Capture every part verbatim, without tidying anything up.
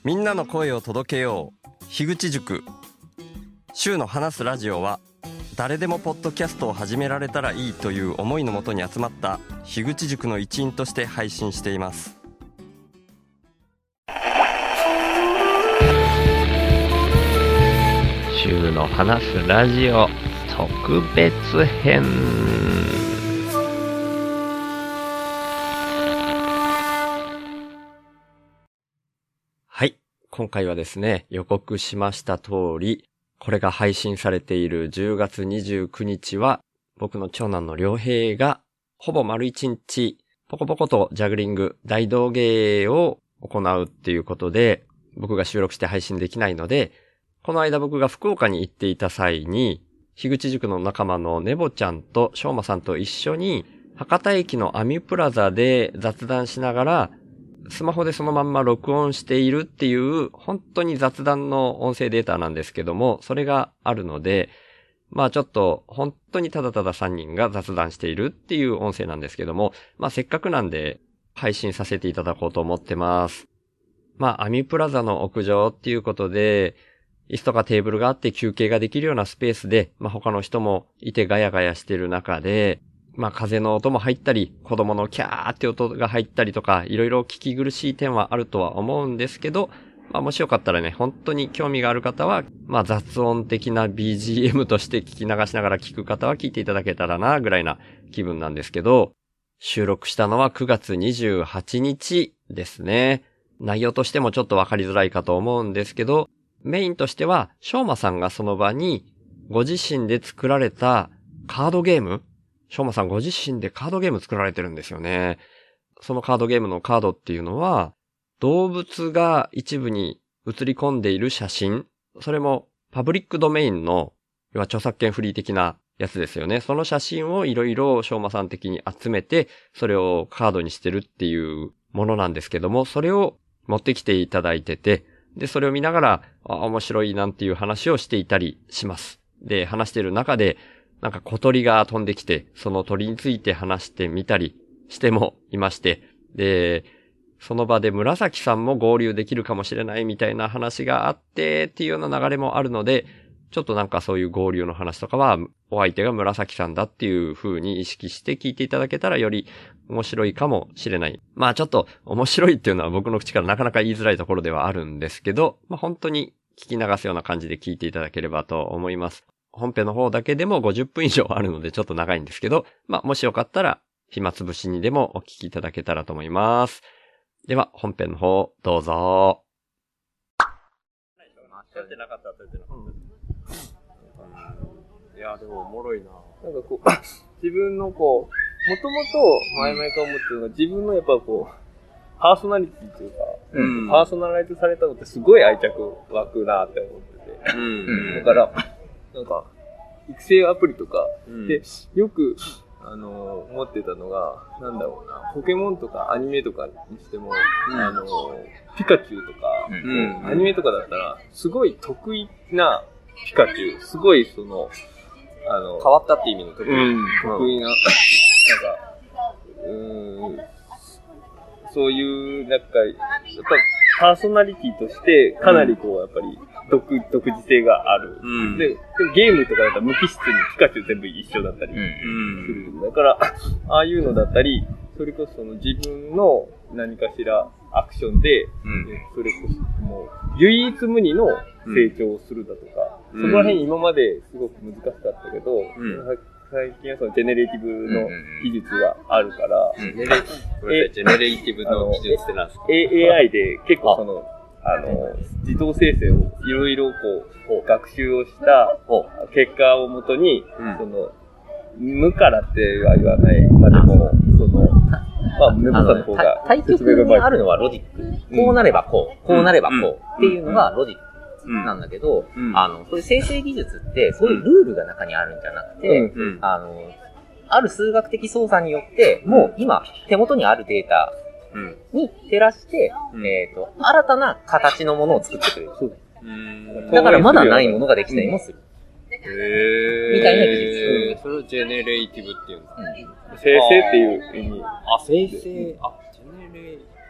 みんなの声を届けよう樋口塾。週の話すラジオは誰でもポッドキャストを始められたらいいという思いのもとに集まった樋口塾の一員として配信しています。 週の話すラジオ特別編。はい、今回はですね、予告しました通り、これが配信されているじゅうがつにじゅうくにちは、僕の長男の良平がほぼ丸一日ポコポコとジャグリング大道芸を行うっていうことで、僕が収録して配信できないので、この間僕が福岡に行っていた際に、樋口塾の仲間のネボちゃんとしょうまさんと一緒に博多駅のアミュプラザで雑談しながら、スマホでそのまんま録音しているっていう本当に雑談の音声データなんですけども、それがあるので、まあちょっと本当にただたださんにんが雑談しているっていう音声なんですけども、まあせっかくなんで配信させていただこうと思ってます。まあアミュプラザの屋上っていうことで、椅子とかテーブルがあって休憩ができるようなスペースで、まあ他の人もいてガヤガヤしてる中で、まあ風の音も入ったり、子供のキャーって音が入ったりとか、いろいろ聞き苦しい点はあるとは思うんですけど、まあもしよかったらね、本当に興味がある方は、まあ雑音的な ビージーエム として聞き流しながら聞く方は聞いていただけたらな、ぐらいな気分なんですけど、収録したのはくがつにじゅうはちにちですね。内容としてもちょっとわかりづらいかと思うんですけど、メインとしては、しょうまさんがその場に、ご自身で作られたカードゲーム、しょうまさんご自身でカードゲーム作られてるんですよね。そのカードゲームのカードっていうのは、動物が一部に映り込んでいる写真、それもパブリックドメインの、要は著作権フリー的なやつですよね。その写真をいろいろしょうまさん的に集めて、それをカードにしてるっていうものなんですけども、それを持ってきていただいてて、で、それを見ながら、あ、面白いなんていう話をしていたりします。で、話している中で、なんか小鳥が飛んできて、その鳥について話してみたりしてもいまして、で、その場で紫さんも合流できるかもしれないみたいな話があってっていうような流れもあるので、ちょっとなんかそういう合流の話とかは、お相手が紫さんだっていう風に意識して聞いていただけたらより面白いかもしれない。まあちょっと面白いっていうのは僕の口からなかなか言いづらいところではあるんですけど、まあ本当に聞き流すような感じで聞いていただければと思います。本編の方だけでもごじゅっぷん以上あるのでちょっと長いんですけど、まあもしよかったら暇つぶしにでもお聞きいただけたらと思います。では本編の方どうぞ。撮ってなかった撮ってなかった。いやでもおもろいな。 なんかこう自分のこうもともと前々から思ってるのが、自分のやっぱこうパーソナリティというか、うん、パーソナライズされたのってすごい愛着湧くなって思ってて、うん、だからなんか育成アプリとかでよくあの思ってたのが、なんだろうな、ポケモンとかアニメとかにしても、うん、あのピカチュウとか、うん、アニメとかだったらすごい得意なピカチュウ、すごいそのあの変わったって意味の得意、 うん、得意な、なんかうーん、そういうなんかやっぱパーソナリティとしてかなりこうやっぱり独独自性がある、うん、で, でゲームとかだったら無機質にピカチュウ全部一緒だったりする、うん、だからああいうのだったり、それこそその自分の何かしらアクションで、うん、それこそもう唯一無二の成長をするだとか、うん、そこら辺今まですごく難しかったけど、うん、最近はそのジェネレーティブの技術があるから、 ジェネレーティブの技術って何ですか？ エーアイ で結構そのあの自動生成をいろいろこう学習をした結果をもとに、うん、その無からっては言わない、まあでもそのまあネボさんの方が対極にあるのはロジック。こうなればこう、こうなればこうっていうのがロジックなんだけど、あのそういう生成技術ってそういうルールが中にあるんじゃなくて、あのある数学的操作によってもう今手元にあるデータに照らして、えっと新たな形のものを作ってくれる。だからまだないものができたりもする。 へみたいな技術。 それをジェネレーティブっていうんですか？ 生成っていう意味。 あ、生成。あ、ジェネレーテ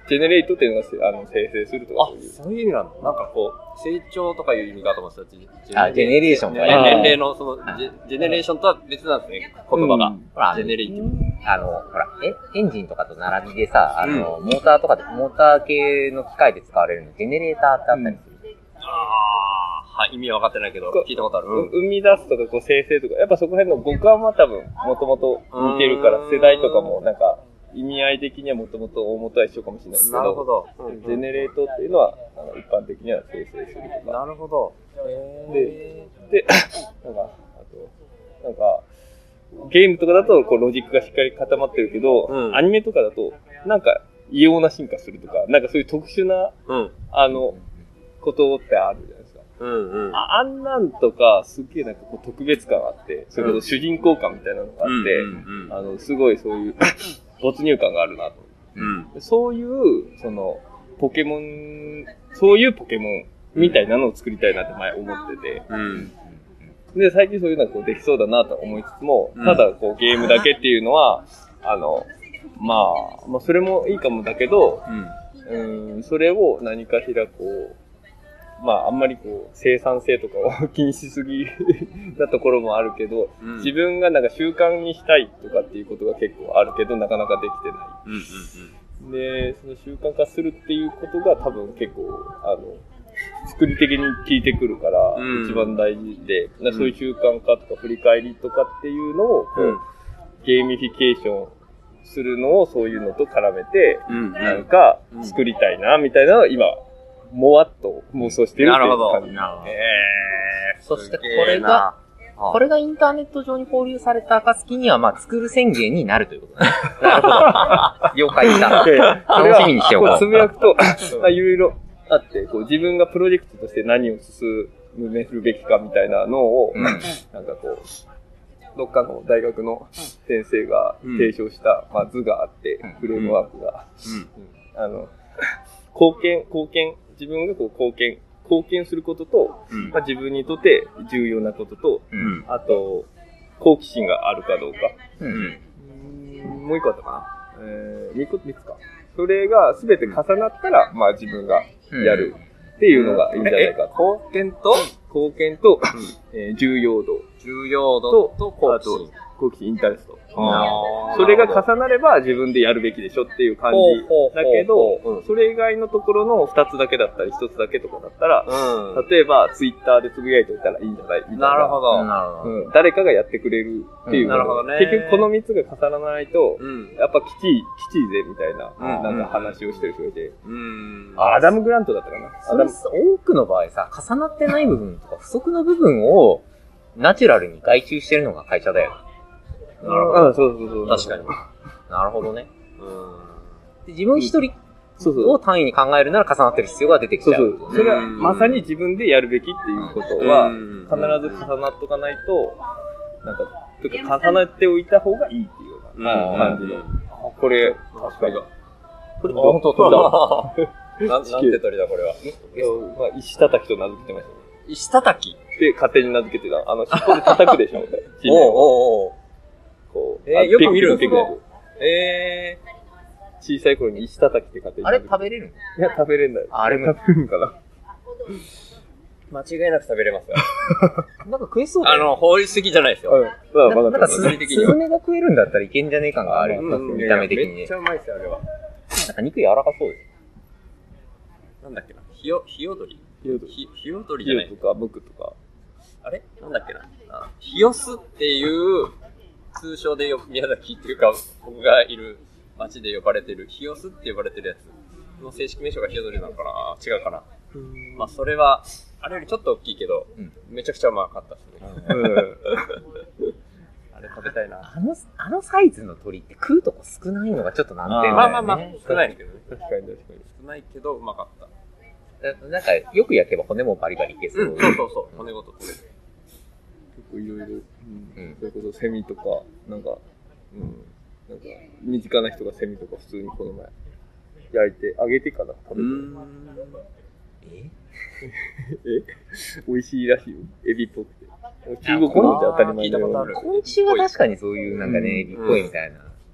ジェネレートっていうのがあの生成するとかあ、そういう意味なんだ。なんかこう、成長とかいう意味かと思ってた。 あ、ジェネレーションとかね。年齢のそのジェ、ジェネレーションとは別なんですね、言葉が。うん、 ほら、 ジェネレーティブ。 あの、ほら、え、エンジンとかと並びでさ、あの、うん、モーターとかで、モーター系の機械で使われるの、ジェネレーターってあったりする。 うん、ああ、はい、意味は分かってないけど、聞いたことある。 うん、生み出すとか、こう、生成とか、やっぱそこら辺の五感は多分、もともと似てるから、世代とかもなんか、意味合い的にはもともと大元は一緒かもしれないですけど、 なるほど。 うん、ジェネレートっていうのは、あの一般的には生成するとか。 なるほど。 で、で、なんか、あと、なんか、ゲームとかだとこうロジックがしっかり固まってるけど、うん、アニメとかだと、なんか異様な進化するとか、なんかそういう特殊な、うん、あの、ことってあるじゃないですか。うんうん、あ, あんなんとか、すっげえなんかこう特別感があって、それこそ主人公感みたいなのがあって、うんうんうん、あの、すごいそういう、没入感があるなと、うん。そういう、その、ポケモン、そういうポケモンみたいなのを作りたいなって前思ってて、うん、で、最近そういうのがこうできそうだなと思いつつも、ただこうゲームだけっていうのは、あの、まあ、まあそれもいいかもだけど、うん、うんそれを何かしらこう、まああんまりこう生産性とかを気にしすぎなところもあるけど、うん、自分がなんか習慣にしたいとかっていうことが結構あるけどなかなかできてない。うんうんうん、で、その習慣化するっていうことが多分結構あの作り的に効いてくるから、うん、一番大事で、うん、そういう習慣化とか振り返りとかっていうのをこう、うん、ゲーミフィケーションするのをそういうのと絡めて、うん、なんか作りたいなみたいなのを今もわっと妄想してるっていう感じ。なるほど。 えー、そしてこれが、これがインターネット上に交流された暁には、まあ、作る宣言になるということね。なるほど。了解した。楽しみにしておこう。 つぶやくと、いろいろあって、こう自分がプロジェクトとして何を進めるべきかみたいなのを、うん、なんかこう、どっかの大学の先生が提唱した、うん、まあ、図があって、フレームワークが。うんうん、あの、貢献、貢献、自分がこう貢献、貢献することと、うんまあ、自分にとって重要なことと、うん、あと、好奇心があるかどうか。うん、もう一個あったかな。えー、二個、三つか。それがすべて重なったら、まあ自分がやるっていうのがいいんじゃないか。 貢献と貢献と、えー、重要度。 重要度と好奇心。 好奇心、インタレスト。それが重なれば自分でやるべきでしょっていう感じだけど、それ以外のところの二つだけだったり一つだけとかだったら、うん、例えばツイッターでつぶやいておいたらいいんじゃないみたいな。 なるほど。 うん、誰かがやってくれるっていう、うん。なるほどね。結局この三つが重ならないと、うん、やっぱきちい、きちいぜみたいな、うん、なんか話をしてる人がいて、うん、アダム・グラントだったかな。 それ多くの場合さ、重なってない部分とか不足の部分をナチュラルに外注してるのが会社だよ。 なるほど。うん、そうそうそう。 確かに。なるほどね。うん。で自分一人を単位に考えるなら重なってる必要が出てきちゃう。 そうそう。それはまさに自分でやるべきっていうことは、必ず重なっとかないと、なんか、というか重ねておいた方がいいっていうような感じの。あ、これ、確かに。 これ、あ、ほんと、鳥だ。なん、なんて鳥だ、これは。 まあ、石叩きと名付けてましたね。 石叩きで、勝手に名付けてた。あの、尻尾で叩くでしょ。 おうおうおう。 こう。 えー、よく見るんですか？ えー。小さい頃に石叩きって勝手に。 あれ食べれるの？いや、食べれんだよ。 あれも食べるんかな。 間違いなく食べれますよ。 なんか食えそうだよ、 ね。あの、法律的じゃないですよ。 うん。なんかスズメが食えるんだったらいけんじゃねえ感がある。うん、見た目的に。 めっちゃうまいですよ、あれは。 なんか肉柔らかそうです。 なんだっけな。ひよ、ひよどりひよどり。 ひよどりじゃない。 ひよとか、むくとか。 あれなんだっけな。ひよすっていう通称でよ宮崎っていうか僕がいる町で呼ばれてるひよすって呼ばれてるやつの正式名称がひよどりなのかな違うかな。まあそれはあれよりちょっと大きいけど、うん、めちゃくちゃうまかったですね。うん、あれ食べたいな。 あのあのサイズの鳥って食うとこ少ないのがちょっと難点だよね。 まあまあまあ少ないけどね。 確かに確かに少ないけどうまかった。 なんかよく焼けば骨もバリバリいけそう。 うん、そうそうそう骨ごと取れる。 結構いろいろ、うん、それこそセミとか、なんか、うん、なんか、身近な人がセミとか普通にこの前、焼いて、揚げてから食べる。 ええ美味しいらしいよ。エビっぽくて。中国のじゃ当たり前だよ。 昆虫は確かにそういうなんかね、エビっぽいみたいな、聞く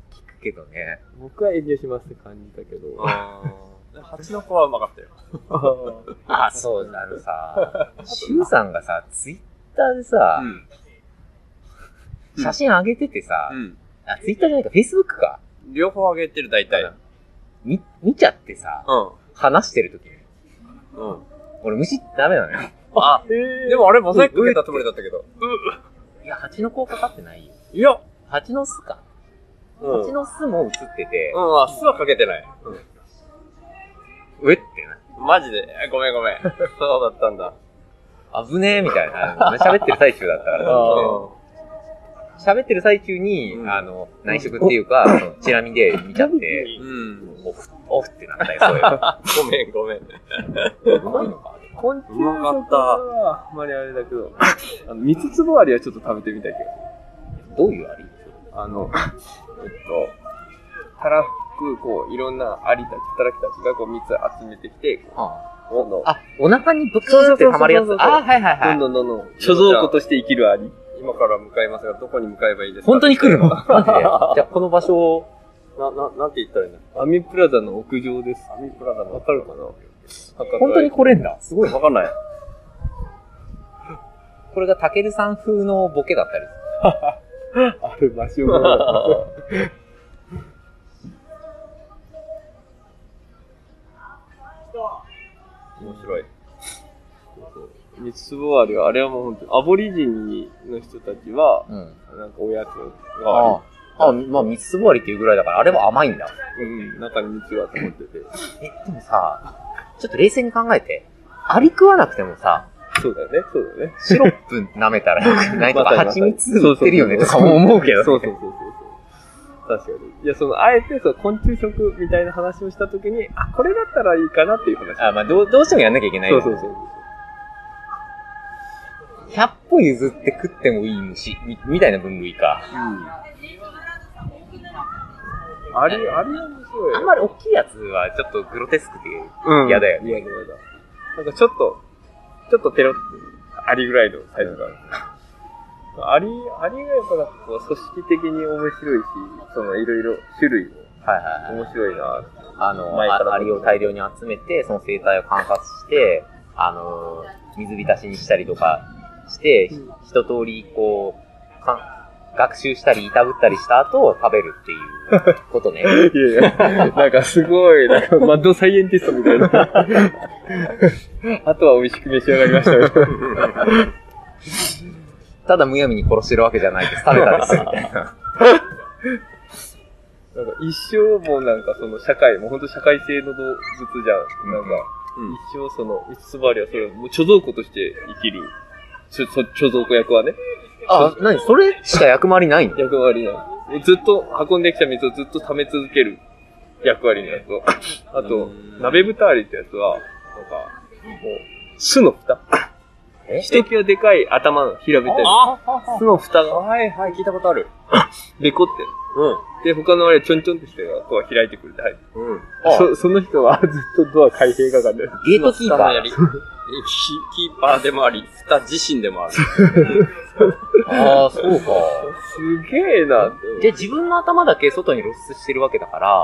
けどね。 僕は遠慮しますって感じだけど。 ああ。蜂の子はうまかったよ。 あ、そう、あのさ、シュウさんがさ、ツイッターでさ、 うん。 写真上げててさ、 うん。 あ、ツイッターじゃないか、フェイスブックか。 両方あげてる、大体。 み、見ちゃってさ、 うん。 話してるときに。 うん。 俺虫ダメなのよ。 あ、でもあれモザイクかけたつもりだったけど。 いや、蜂の子かかってないよ。 いや、 蜂の巣か。 うん。 蜂の巣も映ってて、 うん、あ、巣はかけてない。 うえってな。 マジでごめんごめん。そうだったんだ。 危ねえみたいな。喋ってる最中だったから。喋ってる最中に、 うん、 あの、内職っていうか、そのチラ見で見ちゃって、 うん。 オフ、オフってなったよ、そういう。 ごめんごめん。 うまいのか昆虫食はあんまりあれだけど、あの、三つつぼアリはちょっと食べてみたいけど。どういうアリ？ あの、えっと、たらふく、こう、いろんなアリたち、働きたちがこう、三つ集めてきて、 あどんどん、 あ、お腹にブクーって溜まるやつ。あ、はいはいはい。 どんどんどんどん、貯蔵庫として生きるアリ。 今から向かいますが、どこに向かえばいいですか？ 本当に来るの？マジで？じゃあ、この場所を、 な、な、なんて言ったらいいの？ アミプラザの屋上です。 アミプラザの。 わかるかな？ 本当に来れんだ。 すごいわかんない。 これがタケルさん風のボケだったり。 ある場所が。 面白い。 三つつぼアリは、あれはもう本当に、アボリジニの人たちは、 うん。 なんかおやつがあああ、あまあ、三つつぼアリっていうぐらいだから、あれは甘いんだ。 り、うん、中に蜜が溜まってて。 え、でもさ、ちょっと冷静に考えて、アリ食わなくてもさ、 そうだよね、そうだよね。 シロップ舐めたらよくないとか、 まさにまさに蜂蜜売ってるよねとかも思うけどね。 そうそうそうそう。確かに。いや、その、あえて、その、昆虫食みたいな話をしたときに、あ、これだったらいいかなっていう話。 あ、まあ、どう、どうしてもやんなきゃいけないよね。 そうそうそう。 ひゃっぽ譲って食ってもいい虫、み、みたいな分類か。 うん。あれ、あれ面白いよ。 あんまり大きいやつはちょっとグロテスクでうん。 嫌だよね。 嫌だ嫌だ。なんかちょっと、ちょっとペロッと、アリぐらいのサイズがある。アリ、アリがやっぱなんかこう、組織的に面白いし、そのいろいろ種類もはいはいはい。 面白いな。 あの、 前からあアリを大量に集めて、その生態を観察して、あの、水浸しにしたりとかして、 うん一通りこう、か学習したり、いたぶったりした後、食べるっていうことね。 いやいや、なんかすごい、なんかマッドサイエンティストみたいな。あとは美味しく召し上がりましたみたいな。 ただむやみに殺してるわけじゃないです。食べたです、みたいな。 なんか一生もなんかその社会、もうほんと社会性の動物じゃん。なんか、一生その、五つ葉アリはそれをもう貯蔵庫として生きる。ちょ、そ貯蔵庫役はね。 あ、なにそれしか役回りないの？ 役割なの。ずっと運んできた水をずっと溜め続ける役割のやつと、あと、鍋豚アリってやつは、なんか、もう、巣の蓋えひときわでかい頭の平べったい。巣の蓋が、 はいはい、聞いたことある。 べこってうん。 で、他のあれちょんちょんとしてこう開いてくれて入る。 うん。 そ、その人はずっとドア開閉係で。 ゲートキーパー。 キーパーでもあり、蓋自身でもある。 ああ、そうか。 すげえなって思う。 で、自分の頭だけ外に露出してるわけだから、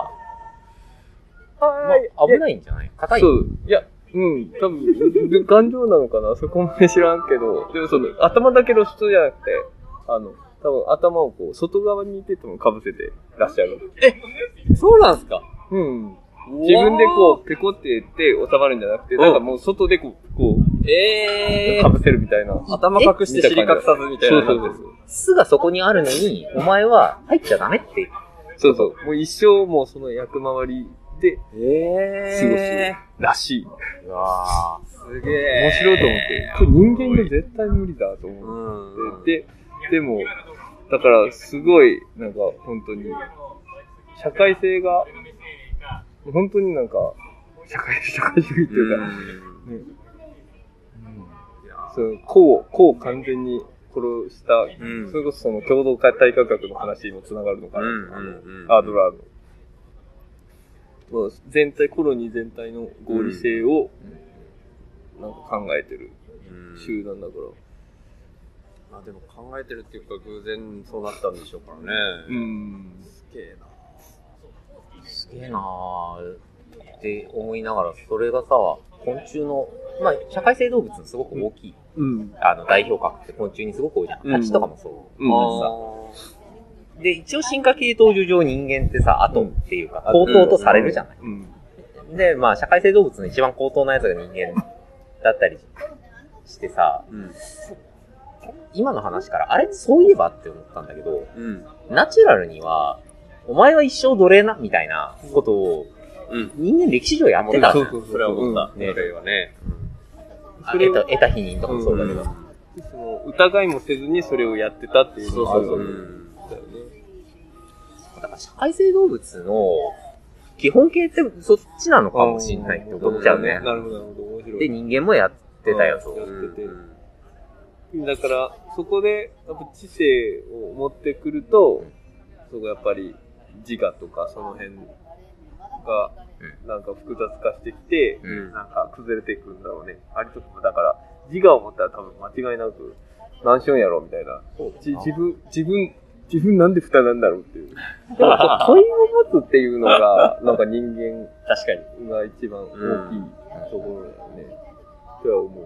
はいまあ、危ないんじゃない？硬い。 そう。いや、うん、多分、頑丈なのかなそこまで知らんけど、でもその、頭だけ露出じゃなくて、あの、多分頭をこう、外側にいてても被せてらっしゃる。 そうなんすか？ うん。自分でこう、ペコって言って収まるんじゃなくて、なんかもう外でこう、こう、 えー。 被せるみたいな。 頭隠して尻隠さずみたいな。 そうそうそう。 巣がそこにあるのに、お前は入っちゃダメって。 そうそう。もう一生もうその役回りでえ過ごすらしい。 うわー。すげえ。 面白いと思って。これ人間で絶対無理だと思うん。 って。で、でも、だからすごい、なんか本当に、社会性が、本当になんか、社会、社会主義っていうか、ね、その、個を、個を完全に殺した、 うんそれこそその共同体科学の話にもつながるのかな、 うんうんあの、 うんアードラーの。もう全体、コロニー全体の合理性を、なんか考えてる集団だから。 まあでも考えてるっていうか偶然そうなったんでしょうからね。 うん。 すげえな。 すげえなーって思いながら、それがさ、昆虫の、まあ、社会性動物のすごく大きい、うん、あの代表格って昆虫にすごく多いじゃん。ハチとかもそうだしさ。で、一応進化系統樹上人間ってさ、後っていうか、高等とされるじゃない。うんうん、で、まあ、社会性動物の一番高等なやつが人間だったりしてさ、うん、今の話から、あれそういえばって思ったんだけど、うん、ナチュラルには、お前は一生奴隷なみたいなことを、うん、人間歴史上やってた。 そうそうそう。それは思った。ね、それはね。 それを得た否認とかもそうだけど。 その疑いもせずにそれをやってたっていうのがあるわけだよね。 だから社会性動物の基本形ってそっちなのかもしれないって思っちゃうね。 なるほど、なるほど。面白い。 で、人間もやってたよ、そう。やってて。だから、そこで、やっぱ知性を持ってくると、そこやっぱり自我とかその辺が、なんか複雑化してきて、うん、なんか崩れていくんだろうね。ありともだから、自我を持ったら多分間違いなく、何しよんやろみたいな。自分、自分、自分なんで蓋なんだろうっていう。でも問いを持つっていうのが、なんか人間確かにが一番大きいところだよね。とは思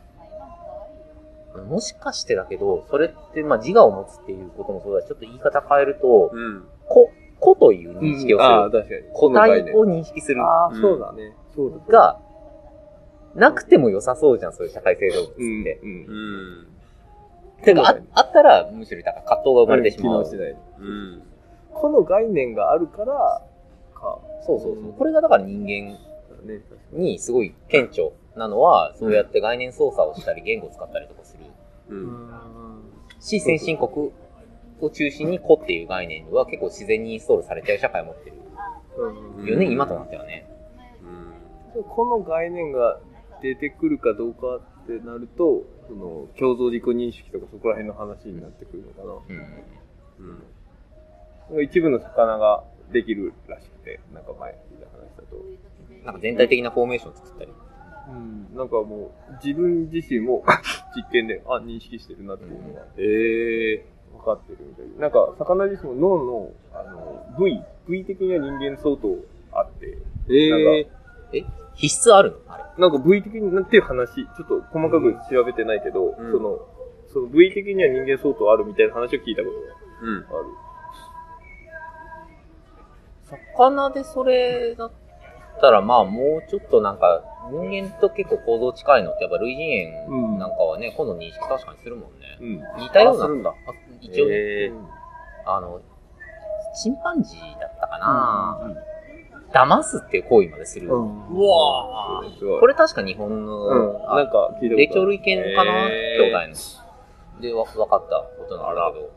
う。もしかしてだけど、それって、まあ自我を持つっていうこともそうだし、ちょっと言い方変えると、うん、こ個という認識をする。うん、ああ、確かに。個体を認識する。 ああ、そうだね。そうだ。 が、なくても良さそうじゃん、そういう社会性動物って。うん。うん。てか、あ、あったら、むしろ、だから葛藤が生まれてしまう。 機能しない。うん。この概念があるから、か。 そうそうそう。これがだから人間にすごい顕著なのは、そうやって概念操作をしたり、言語を使ったりとかする。うん。し、先進国を中心に個っていう概念は結構自然にインストールされちゃう社会を持ってるよね、今となってはね。 うん、この概念が出てくるかどうかってなると、その共同自己認識とかそこら辺の話になってくるのかな。うんうん、一部の魚ができるらしくて、なんか前聞いた話だと。 なんか全体的なフォーメーションを作ったり。 うん、なんかもう自分自身も実験で、あ、認識してるなっていうのが。 へ、うん、えー。 分かってるみたいな。なんか、魚自身も脳の、あの、部位、部位的には人間相当あって。 えー、なんかえ必須あるのあれなんか部位的になんていう話、ちょっと細かく調べてないけど、うん、その、その部位的には人間相当あるみたいな話を聞いたことがある。 うん、魚でそれだったら、まあもうちょっとなんか、人間と結構構造近いのって、やっぱ類人猿なんかはね、うん、今度認識確かにするもんね。うん、似たような。 するんだ。 一応、えー、あの、チンパンジーだったかな、うんうん、騙すっていう行為までする。うん、うわぁ。これ確か日本の、うん、なんか聞いたこと霊長類犬かな、えー、兄弟の。で、わ、分かったことなんだけど。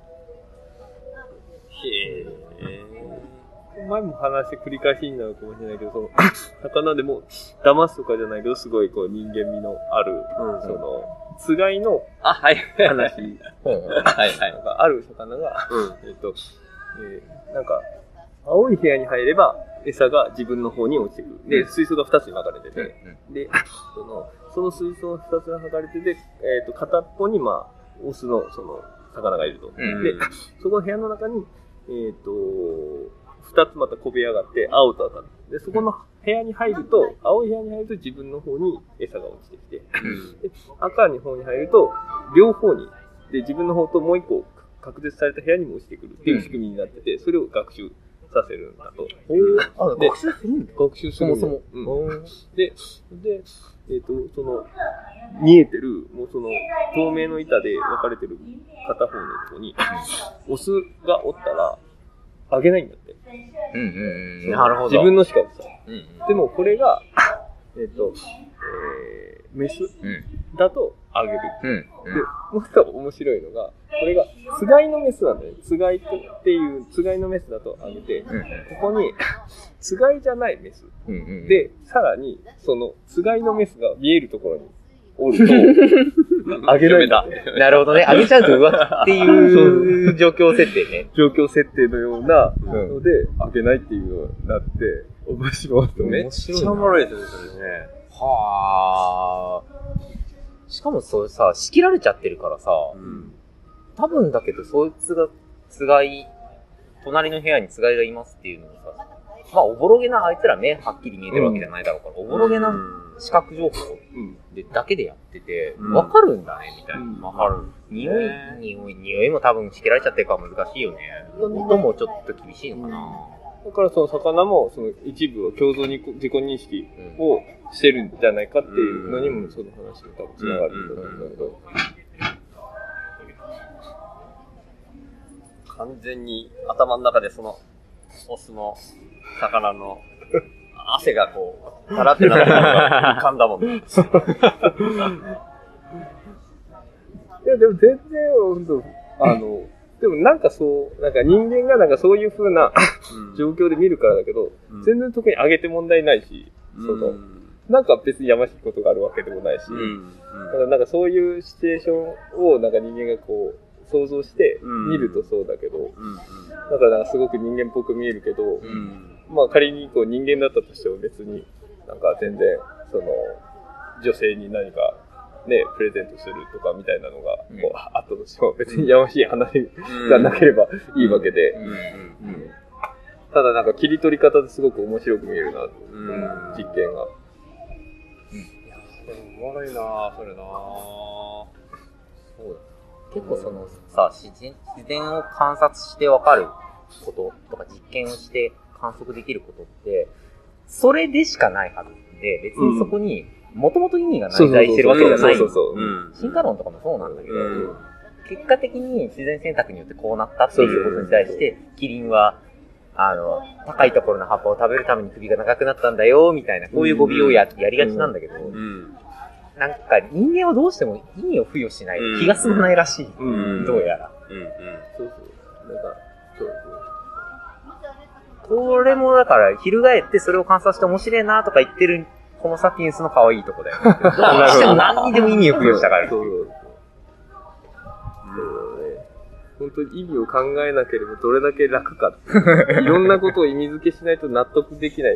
へぇ前も話して繰り返しになるかもしれないけど、その、魚でも、騙すとかじゃないけど、すごいこう人間味のある、うん、その、つがいの話。 あ、はい。 はいはい。なんかある魚が、うん、えっと、えー、なんか、青い部屋に入れば、餌が自分の方に落ちてくる。で、水槽が二つに分かれてて、うん、で、その、その水槽が二つに分かれてて、えっと、片っぽに、まあ、オスの、その、魚がいると。うん、で、そこの部屋の中に、えっと、二つまたこべ上がって、青と赤。で、そこの部屋に入ると、青い部屋に入ると自分の方に餌が落ちてきて、で赤の方に入ると、両方に、で、自分の方ともう一個隔絶された部屋にも落ちてくるっていう仕組みになってて、それを学習させるんだと。 あ、学習するんだ。 学習するんだ。 そもそも。 うん、で、で、えっと、その、見えてる、もうその、透明の板で分かれてる片方のとこに、オスがおったら、あげないんだって。 うんうんうん。なるほど。 自分のしかさ。うんうん、でもこれが、えっと、えー、メスだとあげる。うんうん、で、もっと面白いのが、これが、つがいのメスなんだよね。つがいっていう、つがいのメスだとあげて、うんうん、ここに、つがいじゃないメス。うんうん、で、さらに、その、つがいのメスが見えるところにおると、あげないんだ。 なるほどね。あげちゃうと浮気っていう状況設定ね。 状況設定のようなので、あげないっていうのになって、面白いとね。 面白い。めっちゃおもろいですね、それね。はぁ。しかもそれさ、仕切られちゃってるからさ、うん、多分だけど、そいつが、つがい、隣の部屋につがいがいますっていうのをさ、 まあ、おぼろげな、あいつら目はっきり見えてるわけじゃないだろうから、おぼろげな視覚情報でだけでやってて、わかるんだね、みたいな。 わかる。 匂い、匂い、匂いも多分仕切られちゃってるから難しいよね。のもちょっと厳しいのかな。 だからその魚もその一部は共同に自己認識をしてるんじゃないかっていうのにもその話に多分つながると思うんだけど。 完全に頭の中でそのオスの魚の汗がこう、垂らってなってるのが浮かんだもんね。 いやでも全然、本当あの、でもなんかそう、なんか人間がなんかそういう風な状況で見るからだけど、うん、全然特に上げて問題ないし、うん、その、なんか別にやましいことがあるわけでもないし、うん、だからなんかそういうシチュエーションをなんか人間がこう想像して見るとそうだけど、うん、だからなんかすごく人間っぽく見えるけど、うん、まあ仮にこう人間だったとしても別になんか全然その女性に何かね、プレゼントするとかみたいなのがこうあったとしても別にやましい話がなければいいわけで、ただなんか切り取り方ですごく面白く見えるな、うん、実験が。 うん、いやでもおもろいなそれな。 そう結構そのさ自然自然を観察してわかることとか実験をして観測できることってそれでしかないはずで別にそこに、うんもともと意味が内在してるわけじゃない。進化論とかもそうなんだけど、うん、結果的に自然選択によってこうなったっていうことに対して、キリンは、あの、高いところの葉っぱを食べるために首が長くなったんだよ、みたいな、こういう語尾を や, やりがちなんだけど、うん、なんか人間はどうしても意味を付与しないと気が済まないらしい。うん、どうやら。うんうん、そうそう。なんか、そうそう。これもだから、翻ってそれを観察して面白いなとか言ってる、ホモサピエンスの可愛いとこだよ、ね。どうしても何にでも意味を付与したから。そうそうそう。 そうね。本当に意味を考えなければどれだけ楽か。いろんなことを意味付けしないと納得できない。うん、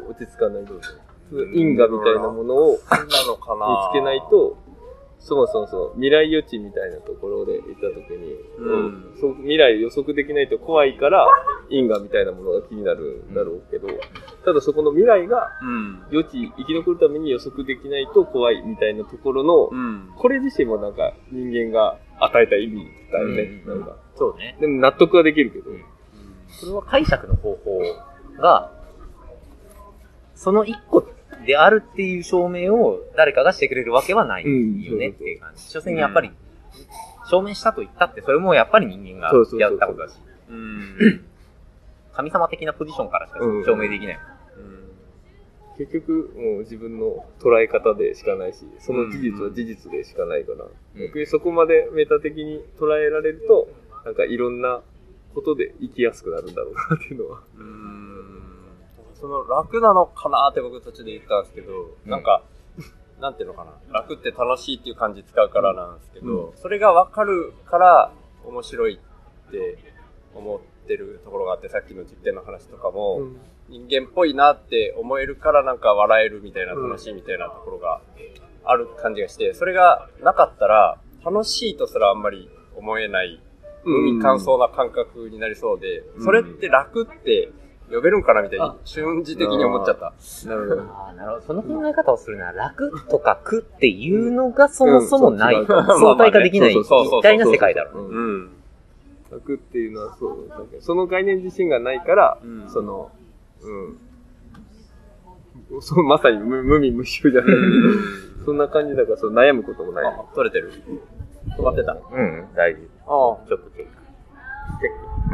落ち着かない部分。因果みたいなものを見つけないと、そもそもその未来予知みたいなところで行った時に、うん、そう未来を予測できないと怖いから因果みたいなものが気になるんだろうけど、うん、ただそこの未来が予知、生き残るために予測できないと怖いみたいなところの、うん、これ自身もなんか人間が与えた意味だよね、うん、なんか。 そうね。 でも納得はできるけど、うん、 それは解釈の方法がその一個であるっていう証明を誰かがしてくれるわけはないよねっていう感じ。所詮やっぱり、証明したと言ったって、それもやっぱり人間がやったことだし。神様的なポジションからしか証明できない。うんうん、結局、もう自分の捉え方でしかないし、その事実は事実でしかないから、うん、逆にそこまでメタ的に捉えられると、なんかいろんなことで生きやすくなるんだろうなっていうのは。うんその楽なのかなって僕途中で言ったんですけど、うん、なんか、なんていうのかな、楽って楽しいっていう感じ使うからなんですけど、うん、それがわかるから面白いって思ってるところがあって、さっきの実験の話とかも、うん、人間っぽいなって思えるからなんか笑えるみたいな、楽しいみたいなところがある感じがして、それがなかったら楽しいとすらあんまり思えない、無味乾燥な感覚になりそうで、うん、それって楽って呼べるんかなみたいに瞬時的に思っちゃった。 なるほど。あなるほど。その考え方をするなら楽とか苦っていうのがそもそもない。うん、相対化できない一体な世界だろう。うん。 楽っていうのはそうだけど、その概念自身がないから、うん、その、うん。そのまさに無無味無臭じゃない。そんな感じだから、その悩むこともない。 あ、取れてる。止まってた。 うん、大丈夫。ああ、ちょっとチェック。チェック。うん。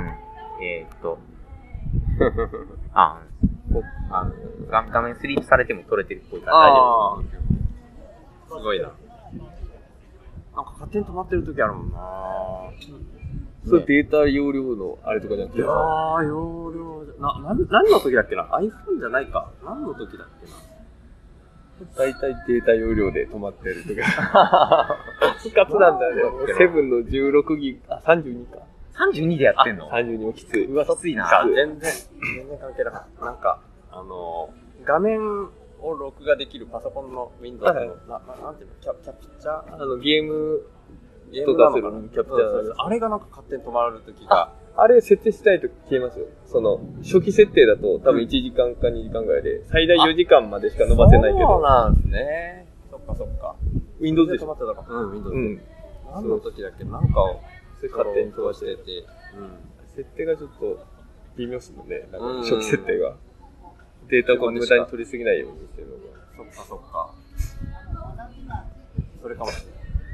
えーっと。ああの画、画面スリープされても撮れてるっぽいから大丈夫。すごいな。なんか勝手に止まってる時あるもんな。 それデータ容量のあれとかじゃなくて。 ああ、容量な、な、何の時だっけな ?iPhone じゃないか。何の時だっけな大体データ容量で止まってるとか。カツカツなんだよね。セブンのじゅうろくギガ、あ、さんじゅうにか。 さんじゅうにでやってんの ?さんじゅうに もきつい。 うわ、きついな。 全然、全然関係なかった。なんか、あの、画面を録画できるパソコンの Windows の、はい、な、ななんていうのキャ、キャプチャーあの、ゲームとかするキャプチャー。 あれがなんか勝手に止まる時があれ設定したいと消えますよ。その、初期設定だと多分いちじかんかにじかんぐらいで、最大よじかんまでしか伸ばせないけど。 そうなんですね。そっかそっか。 Windows でしょ。 うん、Windows。 うん。 何の時だっけなんかを勝手に飛ばしてて。うん。設定がちょっと微妙っすもんね。なんか初期設定が。データを無駄に取りすぎないようにしてるのが。 そっかそっか。それかもしれない。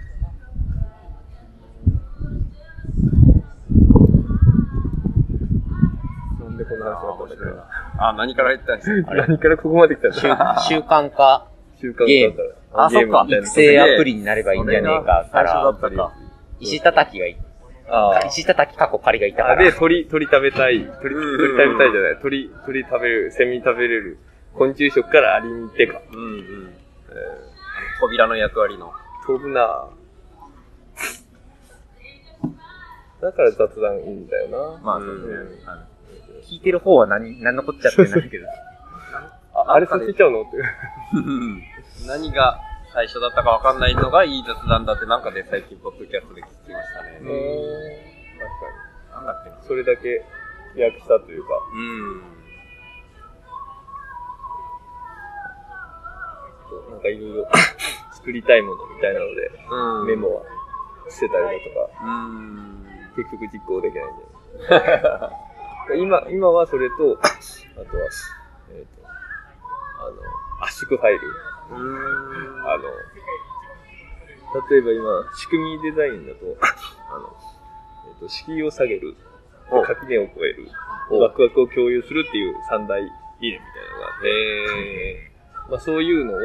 なんでこんな話があったんだけど。 あ、何から言ったんですか？ 何からここまで来たんですか？ 習慣化。 習慣化ゲーム。 あ、そっか。 育成アプリになればいいんじゃねえかから、石叩きがいい。石叩き過去仮がいたから。 で、鳥、鳥食べたい。鳥、鳥食べたいじゃない。鳥、鳥食べる、セミ食べれる。昆虫食からアリに行ってか。 うんうん。えー、扉の役割の。 飛ぶなぁ。だから雑談いいんだよな。 まあそうですね。 聞いてる方は何、何のこっちゃってないけど。 あ, あれそっち行っちゃうのって。 何が最初だったかわかんないのがいい雑談だってなんかで最近ポッドキャストで聞きましたね。 へー。確かに。 なんだっけな。 それだけ飛躍したというか。 うん。 なんかいろいろ作りたいものみたいなので、うん、メモはしてたりだとか、うん、結局実行できないんで。今、今はそれと、あとは、えっと、あの、圧縮ファイル。うーんあの、例えば今、仕組みデザインだと、あの、えっと、敷居を下げる、垣根を越える、ワクワクを共有するっていう三大理念みたいなのがあって、まあそういうのを、こ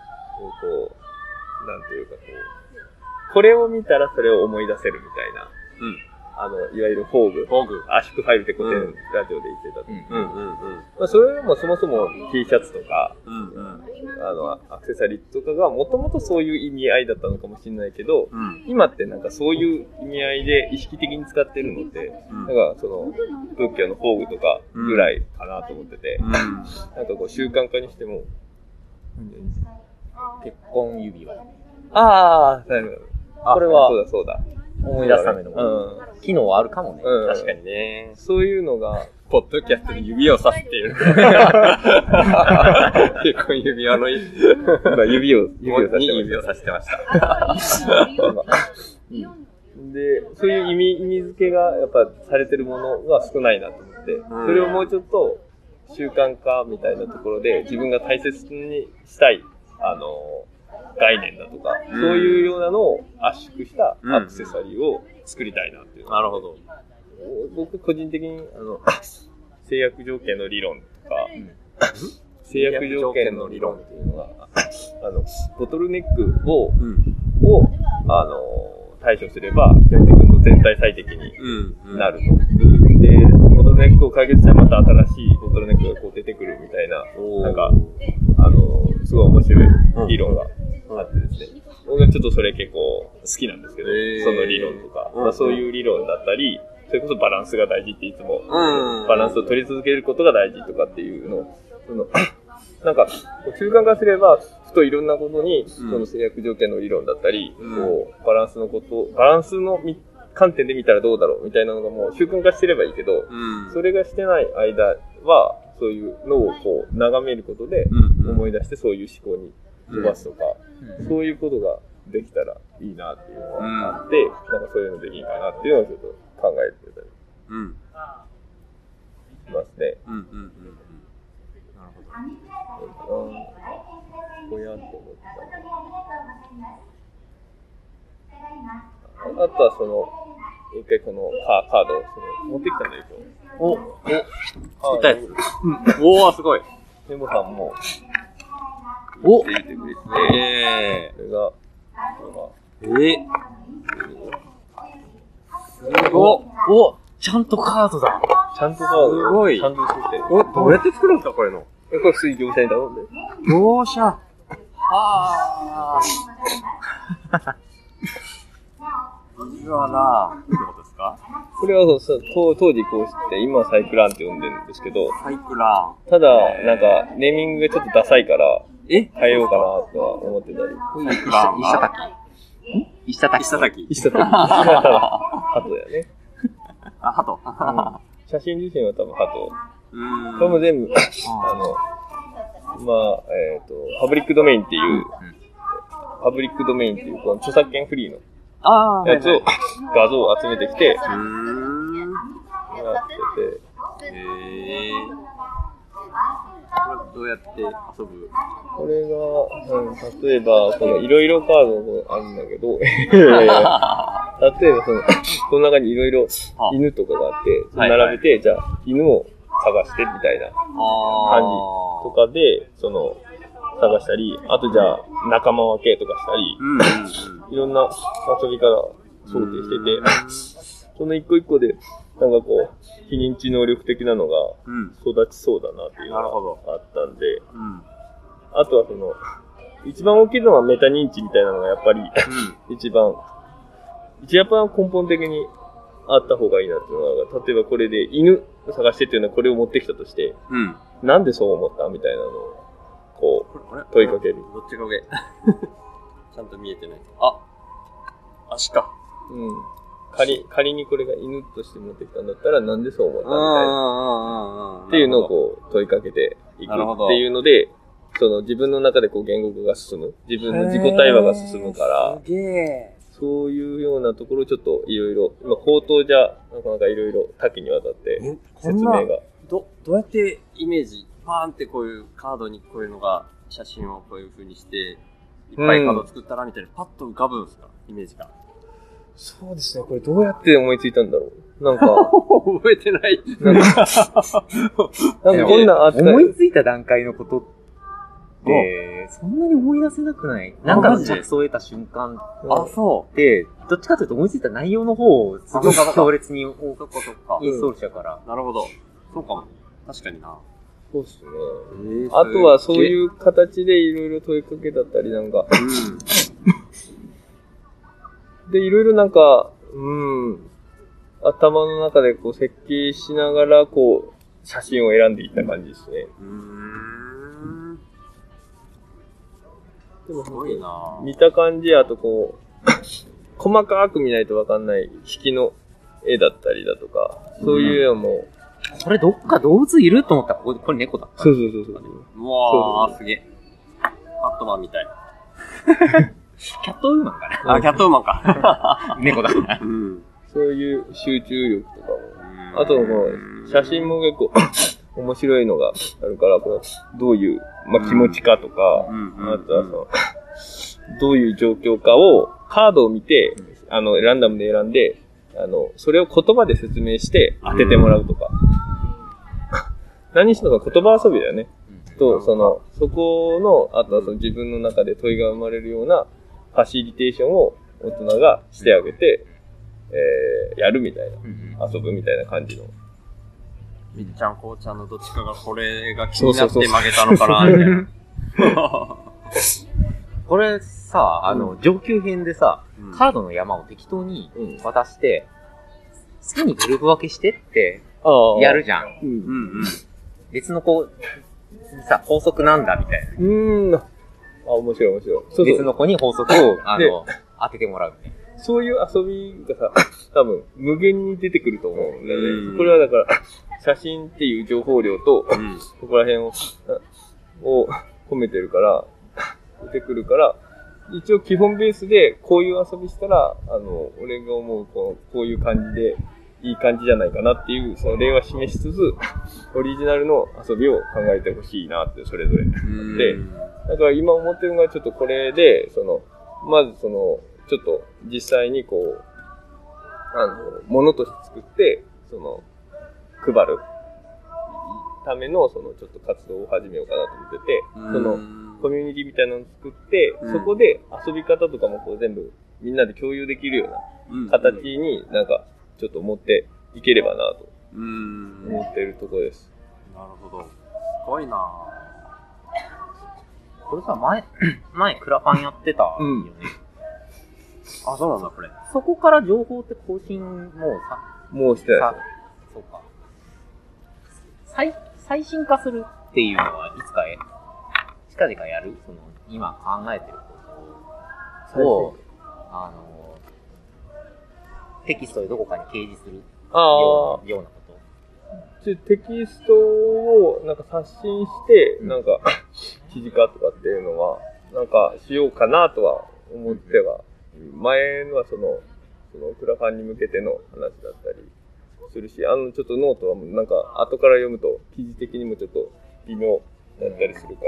う、なんていうかこう、これを見たらそれを思い出せるみたいな、うん、あの、いわゆるフォーグ、フォーグ圧縮ファイルって古典、うん、ラジオで言ってたと。うんうんうん。まあそれもそもそも T シャツとか、うんうん、あの、アクセサリーとかがもともとそういう意味合いだったのかもしれないけど、うん、今ってなんかそういう意味合いで意識的に使ってるので、うん、なんかその、仏教のフォーグとかぐらいかなと思ってて、うん、なんかこう習慣化にしても、 結婚指輪。 ああ、なるほど。これは、そうだそうだ。 思い出すための、うん、機能はあるかもね、 うん。確かにね。そういうのが、 ポッドキャストに指を刺すっていう。結婚指輪の指を、指を刺してました。 指を刺してました。 で、そういう意味、意味付けがやっぱされてるものが少ないなと思って、うん、それをもうちょっと習慣化みたいなところで自分が大切にしたい、あの、概念だとか、うん、そういうようなのを圧縮したアクセサリーを作りたいなっていう、うん。なるほど。僕個人的にあの制約条件の理論とか、うん、制約条件の理論っていうのがあのボトルネックを、うん、をあの対処すれば基本的に全体最適になると。うんうん、でそのボトルネックを解決したらまた新しいボトルネックがこう出てくるみたいななんかあのすごい面白い理論があってですね。僕はちょっとそれ結構好きなんですけど、その理論とか、まあ、そういう理論だったり。それこそバランスが大事っていつも、うん、バランスを取り続けることが大事とかっていうのを、そのなんか、習慣化すれば、ふといろんなことに、その制約条件の理論だったり、うん、こう、バランスのこと、バランスの観点で見たらどうだろうみたいなのがもう習慣化してればいいけど、うん、それがしてない間は、そういうのをこう、眺めることで、思い出してそういう思考に飛ばすとか、うん、そういうことができたらいいなっていうのがあって、うん、なんかそういうのできいかなっていうのをちょっと、考えてたりしますね。うんうんうんうん。なるほど。ぼやっと思った。あとはその一回このカードをその持ってきたんだけど。おお作ったやつ。おおすごい。 メモさんもお言ってくれて、 えー、これがえーおおちゃんとカードだ。 ちゃんとカード。 すごい。 ちゃんと作ってる。 お、どうやって作るんですか、これの。 え、これ普通に業者に頼んで。 業者。はあ。いいわなってことですか？ これはそう当当時こうして、今はサイクランって呼んでるんですけど。 サイクラン。 ただ、なんか、ネーミングがちょっとダサいから、え変えようかなとは思ってたり。 サイクラン。石叩き。石叩き。 石叩き。 石叩き。ハトやね。 あ、ハト。 写真自身は多分ハト。これも全部、あの、まあ、えっと、パブリックドメインっていう、パブリックドメインっていう、この著作権フリーのやつを、画像を集めてきて、やってて。 へー。これどうやって遊ぶ？ これが、うん、例えば、このいろいろカードがあるんだけど、例えばその、この中にいろいろ犬とかがあって、並べて、じゃあ犬を探してみたいな感じとかで、その、探したり、あとじゃあ仲間分けとかしたり、いろんな遊び方を想定してて、その一個一個で、なんかこう、非認知能力的なのが育ちそうだなっていうのがあったんで、あとはその、一番大きいのはメタ認知みたいなのがやっぱり、一番、一番根本的にあった方がいいなっていうのが、例えばこれで犬を探してっていうのはこれを持ってきたとして、うん、なんでそう思ったみたいなのを、こう、問いかける。 どっちが上ちゃんと見えてない。あ、足か。 うん。仮、仮にこれが犬として持ってきたんだったらなんでそう思ったみたいな。っていうのをこう問いかけていくっていうので、その自分の中でこう言語化が進む。自分の自己対話が進むから、すげえ。そういうようなところをちょっといろいろ、今口頭じゃなかなかいろいろ多岐にわたって説明が。 ど、どうやってイメージ、パーンってこういうカードにこういうのが、写真をこういう風にして、いっぱいカード作ったらみたいな、パッと浮かぶんですか、イメージが。 そうですね。これどうやって思いついたんだろう。なんか。 覚えてない。 なんか、なんかこんなあった。 思いついた段階のことって、そんなに思い出せなくない？なんかの着想を得た瞬間。 あ、そう。 で、どっちかというと思いついた内容の方をすごく強烈にインストールしたから。 なるほど。そうかも。確かにな。 そうっすね。えー、あとはそういう形でいろいろ問いかけだったりなんか。うん、で、いろいろなんか、うん、頭の中でこう設計しながら、こう、写真を選んでいった感じですね。うーん。でも、すごいな見た感じ、あとこう、細かく見ないとわかんない引きの絵だったりだとか、そういうのも、 これどっか動物いると思ったら、これ、これ猫だった。 そうそうそうそう。 うわー、すげえ。バットマンみたい。 キャットウーマンかな。あ、キャットウーマンか。 猫だから、 うん。そういう集中力とかも。あと、この写真も結構面白いのがあるから、こうどういう、まあ、気持ちかとか、あとはその、どういう状況かを、カードを見て、あの、ランダムで選んで、あの、それを言葉で説明して当ててもらうとか。何にしろ言葉遊びだよね。と、その、そこの、あとはその自分の中で問いが生まれるようなファシリテーションを大人がしてあげて、えー、やるみたいな、遊ぶみたいな感じの。 みっちゃん、こうちゃんのどっちかがこれが気になって曲げたのかな、みたいな。 これさ、あの、上級編でさ、カードの山を適当に渡して、好きにグループ分けしてって、やるじゃん。うんうんうん、別の子にさ、法則なんだみたいな。 うーん。あ、面白い面白い。そうそう別の子に法則を、あの、当ててもらうみたいな。 そういう遊びがさ、多分無限に出てくると思うんだよね。これはだから、写真っていう情報量と、うん、そこら辺を、を込めてるから、出てくるから、一応基本ベースでこういう遊びしたら、あの、俺が思うこう、こういう感じで、いい感じじゃないかなっていう、その例は示しつつ、オリジナルの遊びを考えてほしいなって、それぞれ。で、だから今思ってるのがちょっとこれで、その、まずその、ちょっと実際にこう、あの、ものとして作って、その、配るための、その、ちょっと活動を始めようかなと思ってて、その、コミュニティみたいなのを作って、そこで遊び方とかもこう全部みんなで共有できるような形になんか、ちょっと持っていければなと思っているところです。 なるほど。すごいなこれさ、前、前クラファンやってたよね。うん、 あ、そうなんだ、これ。 そこから情報って更新もうさ、 もうしてない。 そうか。最、最新化するっていうのはいつかへ、近々やるその、今考えてることを、あの、テキストでどこかに掲示するようなこと。 テキストをなんか刷新して、なんか記事化とかっていうのは、なんかしようかなとは思っては、前のはその、そのクラファンに向けての話だったりするし、あのちょっとノートはなんか後から読むと記事的にもちょっと微妙だったりするから、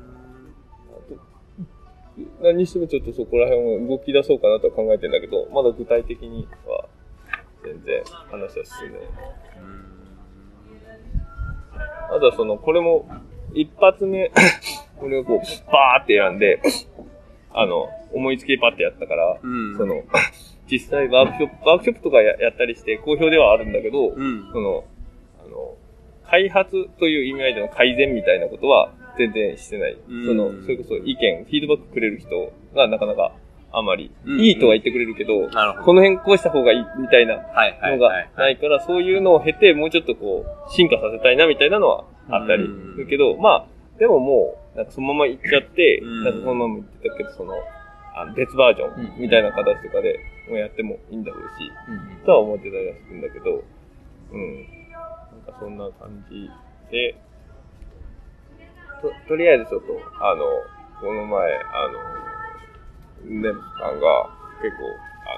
何にしてもちょっとそこら辺を動き出そうかなとは考えてんだけど、まだ具体的には全然話は進んでない。あとはその、これも一発目、これをこう、バーって選んで、あの、思いつきでパッてやったから、うん、その、実際ワークショップ、ワークショップとか や, やったりして好評ではあるんだけど、うん、その、あの、開発という意味合いでの改善みたいなことは全然してない。うん、その、それこそ意見、フィードバックくれる人がなかなかあまり、うん、いいとは言ってくれるけど、うん、この辺こうした方がいいみたいなのがないから、そういうのを経てもうちょっとこう、進化させたいなみたいなのはあったりするけど、まあ、でももう、なんかそのまま行っちゃって、うん、なんかそのまま行ってたけど、その、あの別バージョンみたいな形とかでもうやってもいいんだろうし、うん、とは思ってたりはするんだけど、うん。なんかそんな感じで、と、とりあえずちょっと、あの、この前、あの、ネルさんが結構、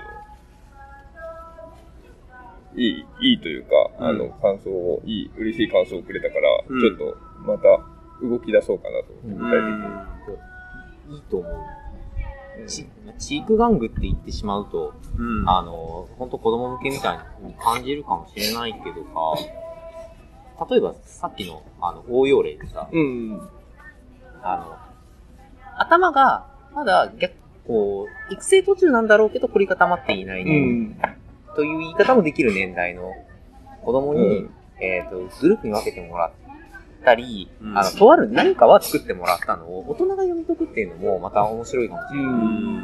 あの、いい、いいというか、うん、あの、感想を、いい、嬉しい感想をくれたから、うん、ちょっとまた動き出そうかなと思って、具体的に。いいと思う。チ, チーク玩具って言ってしまうと、うん、あの、本当子供向けみたいに感じるかもしれないけどさ、例えばさっきの、あの、応用例でさ、うん、あの、頭が、まだ逆、こう、育成途中なんだろうけど凝り固まっていないね、うん、という言い方もできる年代の子供に、うん、えっと、グループに分けてもらって、たり、うん、あの、とある何かは作ってもらったのを大人が読み解くっていうのもまた面白いかもしれない。うん、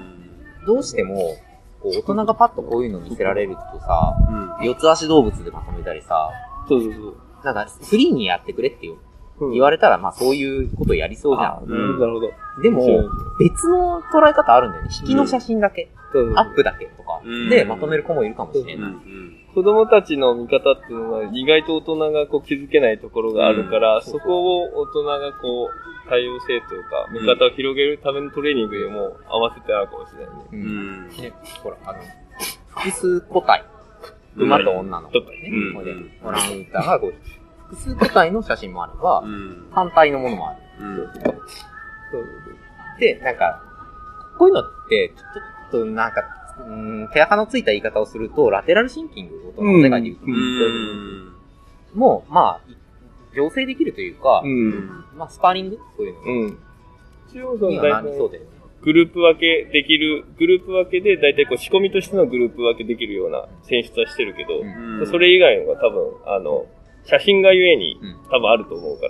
どうしても、こう大人がパッとこういうの見せられるとさ、うん、四つ足動物でまとめたりさ、そうそうそう。なんか、フリーにやってくれっていう、うん、言われたら、まあそういうことやりそうじゃん。 うん、なるほど。 でも、別の捉え方あるんだよね。引きの写真だけ、うん、アップだけとか、でまとめる子もいるかもしれない。うんうん、 子供たちの見方っていうのは意外と大人がこう気づけないところがあるから、うん、そこを大人がこう多様性というか見方を広げるためのトレーニングでも合わせてあるかもしれないね。うん。 ね、ほら、あの、複数個体。馬と女の子ね。うん、これで、オランウータンがごひき。複数個体の写真もあれば、うん、単体のものもある。うん、そうで、なんか、こういうのって、ちょっとなんか、うん、手垢のついた言い方をすると、ラテラルシンキングを世界で言うと、うん、もう、まあ、醸成できるというか、うん、まあ、スパーリングそういうの。うん。 一応、その、大体、グループ分けできる、グループ分けで、大体こう、仕込みとしてのグループ分けできるような選出はしてるけど、うん、それ以外のが多分、あの、写真がゆえに、多分あると思うから、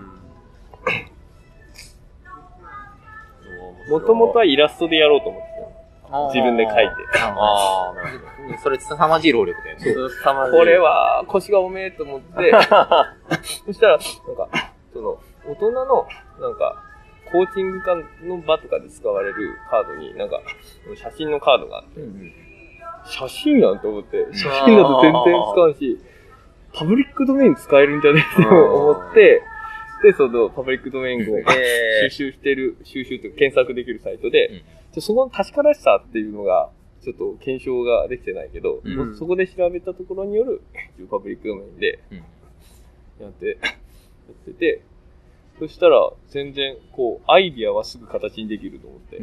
もともとはイラストでやろうと思ってた。自分で書いて。ああ、なるほど。それ凄まじい労力だよね。 そう。これは腰が重えと思って、そしたら、なんか、その、大人の、なんか、コーチング化の場とかで使われるカードに、なんか、写真のカードがあって、うんうん、写真やんと思って、写真だと全然使うし、パブリックドメイン使えるんじゃねって思って、で、その、パブリックドメインを収集してる、収集というか検索できるサイトで、うん、その確からしさっていうのが、ちょっと検証ができてないけど、うん、そこで調べたところによる、パブリックドメインで、やって、やってて、そしたら、全然、こう、アイディアはすぐ形にできると思って。うん、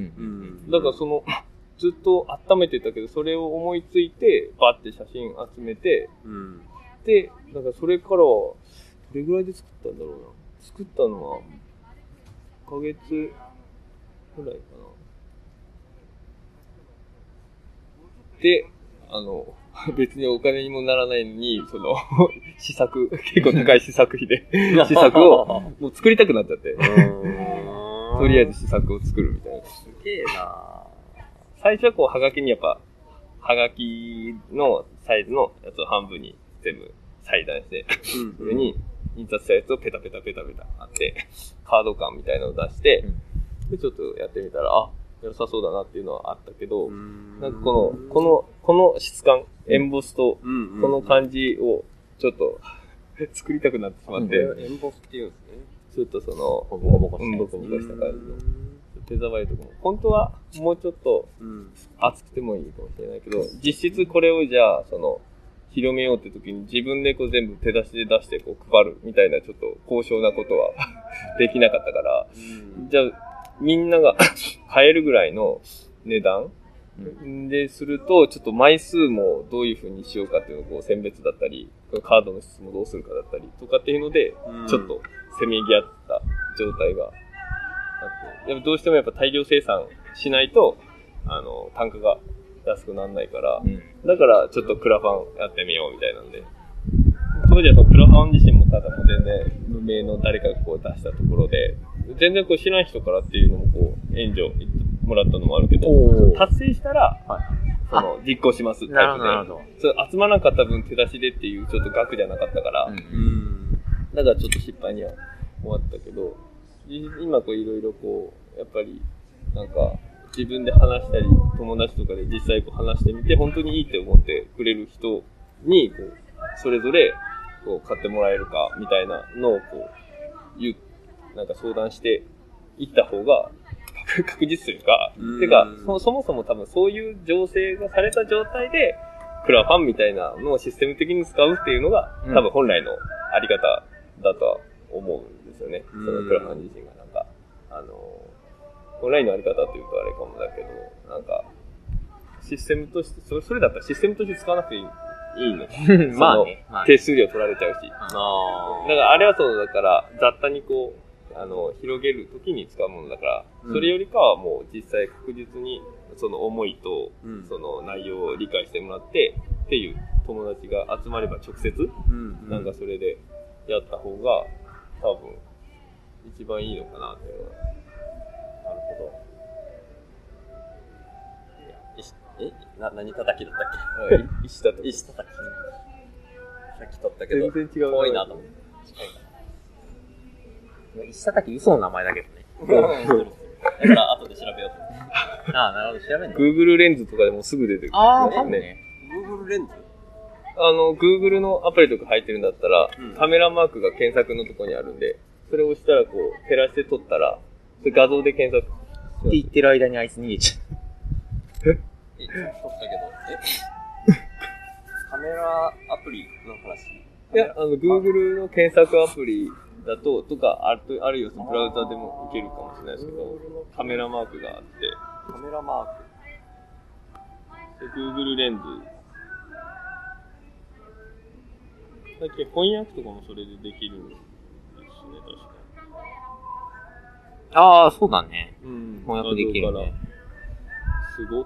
だからその、ずっと温めてたけど、それを思いついて、バッて写真集めて、うん、で、なんかそれからは、どれぐらいで作ったんだろうな。作ったのは、いっかげつぐらいかな。で、あの、別にお金にもならないのに、その、試作、結構高い試作費で、試作を、もう作りたくなっちゃって。とりあえず試作を作るみたいな。すげえな最初はこう、はがきにやっぱ、はがきのサイズのやつを半分に全部裁断して、それに印刷したやつをペタペタペタペタ貼って、カード感みたいなのを出して、で、ちょっとやってみたら、あ、 良さそうだなっていうのはあったけど、なんかこの、この、この質感、エンボスと、この感じをちょっと作りたくなってしまって、 エンボスっていうんですね。 ちょっとその、 ボコボコしたボコボコした感じの。手触りとかも、本当はもうちょっと厚くてもいいかもしれないけど、実質これをじゃあ、その、広めようって時に自分でこう全部手出しで出してこう配るみたいなちょっと高尚なことはできなかったから、じゃあみんなが買えるぐらいの値段ですると、ちょっと枚数もどういう風にしようかっていうのをこう選別だったり、カードの質もどうするかだったりとかっていうので、ちょっとせめぎ合った状態があって、やっぱどうしてもやっぱ大量生産しないと、あの、単価が安くならないから、うん、だからちょっとクラファンやってみようみたいなんで、当時はそのクラファン自身もただもう全然無名の誰かがこう出したところで、全然こう知らない人からっていうのもこう援助もらったのもあるけど、達成したら、はい、その実行しますタイプで、なるほどそれ集まらなかった分手出しでっていうちょっと額じゃなかったから、うんうん、だからちょっと失敗には終わったけど、今こういろいろこうやっぱりなんか自分で話したり友達とかで実際こう話してみて本当にいいって思ってくれる人にこうそれぞれこう買ってもらえるかみたいなのをこう言うなんか相談していった方が確実というか、てか そ, そもそも多分そういう情勢がされた状態でクラファンみたいなのをシステム的に使うっていうのが多分本来のあり方だとは思うんですよね。そのクラファン自身がなんかあのオンラインのあり方というとあれかもだけど、なんかシステムとしてそれそれだったらシステムとして使わなくていいいいのまあね、まあ、手数料取られちゃうし、あだからあれはそうだから雑多にこうあの広げるときに使うものだから、うん、それよりかはもう実際確実にその思いと、うん、その内容を理解してもらってっていう友達が集まれば直接、うんうん、なんかそれでやった方が多分一番いいのかなっていうのは。なるほど。 えな何叩きだったっけ？ 石叩き。 石叩き。さっき取ったけど、 全然違う。 多いなと思って。近いかな。石叩き嘘の名前だけどね。 だから後で調べようと思って。 ああ、なるほど、調べるの。 Google レンズとかでもすぐ出てくる、ね。 ああ、多分ね。 Google レンズ？ あの、Google のアプリとか入ってるんだったら、うん、カメラマークが検索のところにあるんで、それを押したらこう、照らして撮ったら、それ画像で検索。 って言ってる間にあいつ逃げちゃう。 え撮ったけど、えカメラアプリの話？ いや、あの、Google の検索アプリだと、とか、ある、あるいはそのブラウザでもいけるかもしれないですけど、カメラマークがあって、 カメラマークで Google レンズ。だっけ翻訳とかもそれでできるんですね、確か。 ああ、そうだね。 うん。 翻訳できるね。 すごく。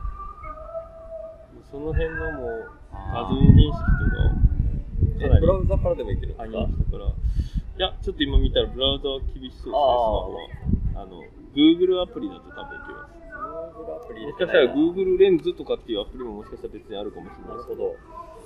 その辺のもう画像認識とかかなりブラウザからでもいけるんですか？ ありましたから。いや、ちょっと今見たらブラウザは厳しそうですね、スマホは。あの、Google アプリだと多分いけます。 Google アプリもしかしたら Google レンズとかっていうアプリももしかしたら別にあるかもしれないですけど。なるほど。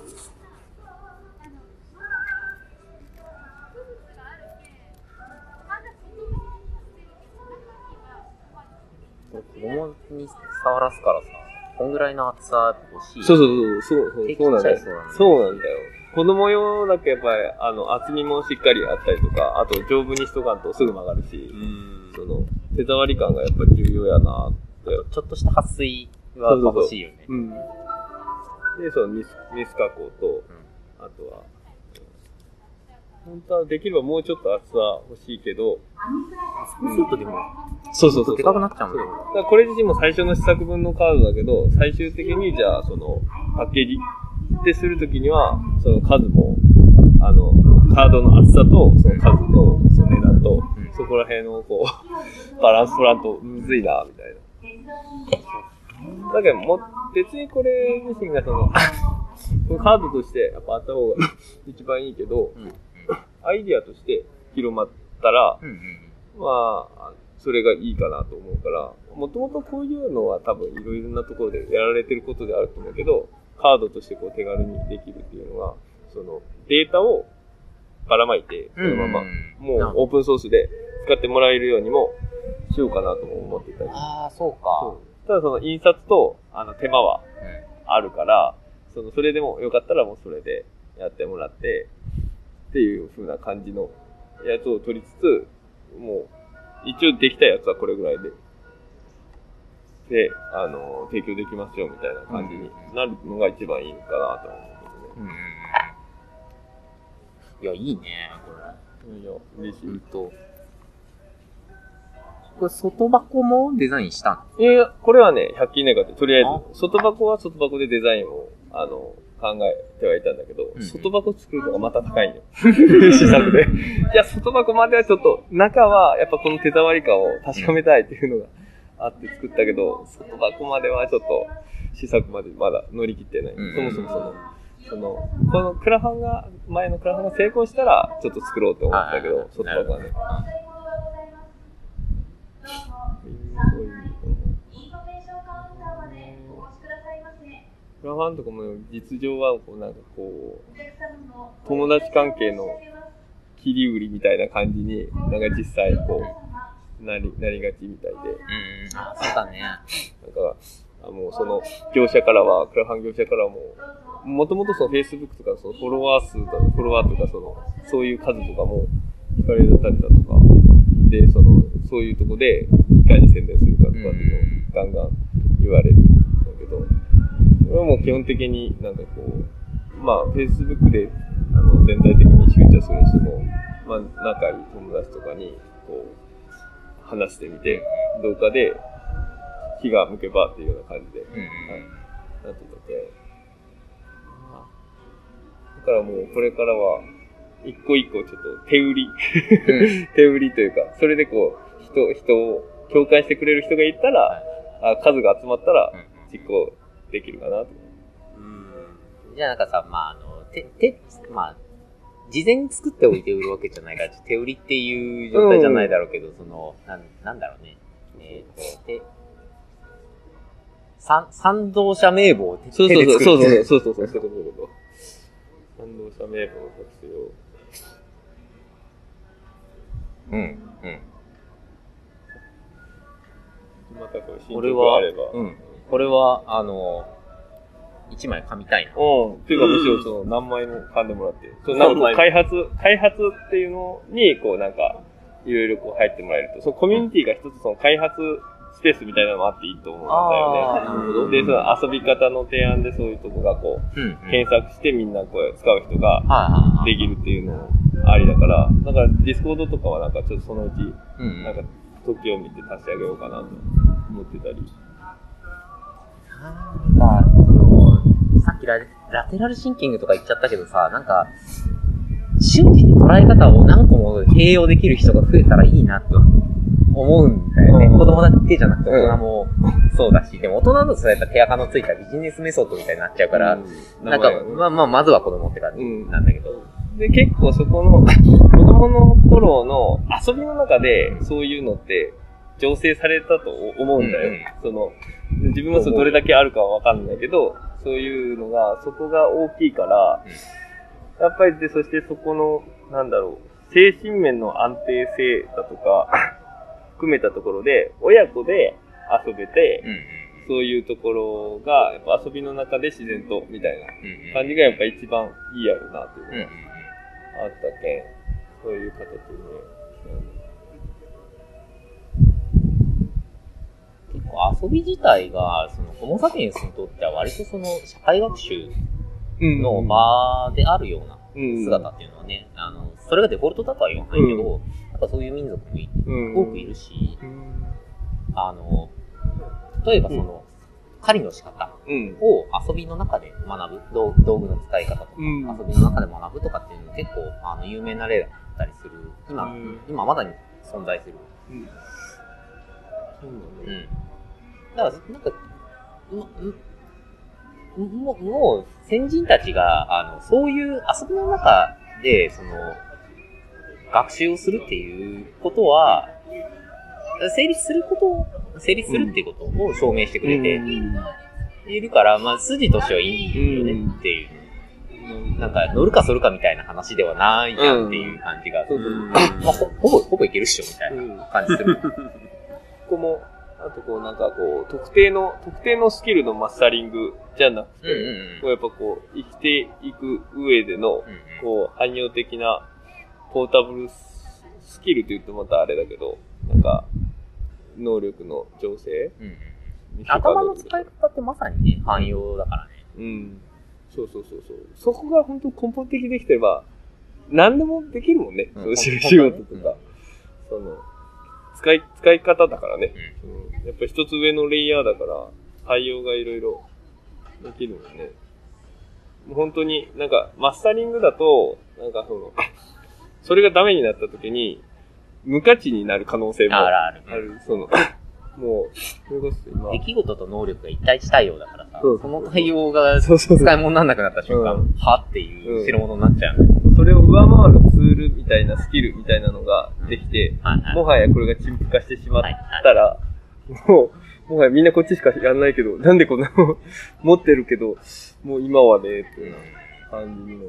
子供に触らすからさ、こんぐらいの厚さ欲しい。 そうそうそう、そう、そうなんだよ。そうなんだよ。子供用だけやっぱり、あの、厚みもしっかりあったりとか、あと丈夫にしとかんとすぐ曲がるし、うんその、手触り感がやっぱり重要やなって。 ちょっとした撥水は欲しいよね。 そうそうそう、うん。で、そのミス、ミス加工と、うん、あとは、本当はできればもうちょっと厚さ欲しいけど、 そうするとでも、 そうそうそう。 でかくなっちゃうんだよ。 だからこれ自身も最初の試作分のカードだけど、最終的にじゃあそのパッケージってするときには、その数も、あの、カードの厚さと、その数と、その値段と、うん、そこら辺のこう、バランス取らんとむずいな、みたいな。だけども、別にこれ自身がその、このカードとしてやっぱあった方が一番いいけど、うんアイディアとして広まったら、うんうん、まあ、それがいいかなと思うから、もともとこういうのは多分いろいろなところでやられてることであると思うけど、カードとしてこう手軽にできるっていうのは、そのデータをばらまいて、そのまま、もうオープンソースで使ってもらえるようにもしようかなと思思ってたり。 ああ、そうか。 ただその印刷と、あの、手間はあるから、うん、その、それでもよかったらもうそれでやってもらって、っていう風な感じのやつを取りつつ、もう、一応できたやつはこれぐらいで、で、あの、提供できますよみたいな感じになるのが一番いいのかなと思うけどね。 うん、いや、いいね、これ。いや、嬉しい。うんとこれ、外箱もデザインしたの？いやいや、これはね、ひゃく均ネガで、とりあえず、外箱は外箱でデザインを、あの、考えてはいたんだけど、うん、外箱作るのがまた高いのよ。試作で。いや、外箱まではちょっと、中はやっぱこの手触り感を確かめたいっていうのがあって作ったけど、外箱まではちょっと、試作までまだ乗り切ってない。うん、そもそもその、その、このクラファンが、前のクラファンが成功したら、ちょっと作ろうって思ったけど、外箱はね。クラファンとかも実情はこうなんかこう友達関係の切り売りみたいな感じになんか実際こうなりなりがちみたいで、うん、 あ、そうだね。 なんかあもうその業者からはクラファン業者からももともとその Facebook とかそのフォロワー数とかフォロワーとかそのそういう数とかも聞かれたりだとかでそのそういうとこでいかに宣伝するかとかっていうのをガンガン言われるんだけど。これはもう基本的になんかこう、まあ、Facebook であの全体的に集着する人も、まあ、仲いい友達とかにこう話してみて、どうかで火が向けばっていうような感じで、うんうんはい、なってたて、だからもうこれからは一個一個ちょっと手売り、うん、手売りというか、それでこう人人を共感してくれる人がいたら、あ数が集まったら実行できるかなと。 うん。じゃあなんかさ、まああの、て、て、まあ、事前に作っておいて売るわけじゃないから、手売りっていう状態じゃないだろうけど、うん、その、なん、なんだろうね。えっと、て、賛、賛同者名簿を手で作って。 そうそうそう、そうそうそう、そうそうそう。賛同者名簿の作成を。 うん、うん。 またこれ進捗があれば。 うん。これは、あの、一枚噛みたいな。 うん。っていうか、むしろその何枚も噛んでもらって。そのなんか開発、開発っていうのに、こうなんか、いろいろこう入ってもらえると。そのコミュニティが一つその開発スペースみたいなのもあっていいと思うんだよね。なるほど。で、その遊び方の提案でそういうとこがこう、うんうん、検索してみんなこう使う人ができるっていうのもありだから、だからディスコードとかはなんかちょっとそのうち、なんか時を見て足してあげようかなと思ってたり。 なんか、その、さっきラ、ラテラルシンキングとか言っちゃったけどさ、なんか、瞬時に捉え方を何個も併用できる人が増えたらいいなと思うんだよね。うん、子供だけじゃなくて大人もそうだし、でも大人だとそうやったら手垢のついたビジネスメソッドみたいになっちゃうから、うん、なんか、まあまあ、まずは子供って感じなんだけど。 うん、で、結構そこの、子供の頃の遊びの中でそういうのって、醸成されたと思うんだよ。うんうん、その自分もそれどれだけあるかはわかんないけど、そういうのが、そこが大きいから、うん、やっぱりで、そしてそこの、なんだろう、精神面の安定性だとか、含めたところで、親子で遊べて、うんうん、そういうところが、やっぱ遊びの中で自然と、みたいな感じがやっぱ一番いいやろうな、というのがあったけん、そういう形で、ね。 遊び自体が、その、ホモサピエンスにとっては割とその、社会学習の場であるような姿っていうのはね、うん、あの、それがデフォルトだとは言わないけど、うん、やっぱそういう民族も多くいるし、うん、あの、例えばその、狩りの仕方を遊びの中で学ぶ、道具の使い方とか、うん、遊びの中で学ぶとかっていうの結構、あの、有名な例だったりする、今、うん、今まだに存在する。うん。そうだね。うんだから、なんか、もう、もう、先人たちが、あの、そういう遊びの中で、その、学習をするっていうことは、成立することを、成立するっていうことを証明してくれているから、まあ、筋としてはいいよねっていう。なんか、乗るかそるかみたいな話ではないじゃんっていう感じが、まあ、ほぼ、ほぼいけるっしょみたいな感じする。 ここも、 あとこうなんかこう、特定の、特定のスキルのマスタリングじゃなくて、 うんうんうん、 こうやっぱこう、生きていく上での、こう、汎用的なポータブルスキルと言うとまたあれだけど、なんか、能力の調整、 うんうん、頭の使い方ってまさにね、汎用だからね。 うん。そうそうそうそう。そこが本当根本的にできてれば、何でもできるもんね。うん、そういう仕事とか。うん、その、使い、使い方だからね。うん、やっぱり一つ上のレイヤーだから、対応がいろいろできるもんね。もう本当になんか、マスタリングだと、なんかその、それがダメになった時に、無価値になる可能性もある。あるある。その、もう、それこそ今。 出来事と能力が一対一対応だからさ、その対応が使い物にならなくなった瞬間、はっていう代物になっちゃう、ね、 うん。それを上回るツールみたいなスキルみたいなのができて、うんはいはい、もはやこれが陳腐化してしまったら、はいはい、もう、もはやみんなこっちしかやんないけど、なんでこんなの持ってるけど、もう今はね、っていう感じの。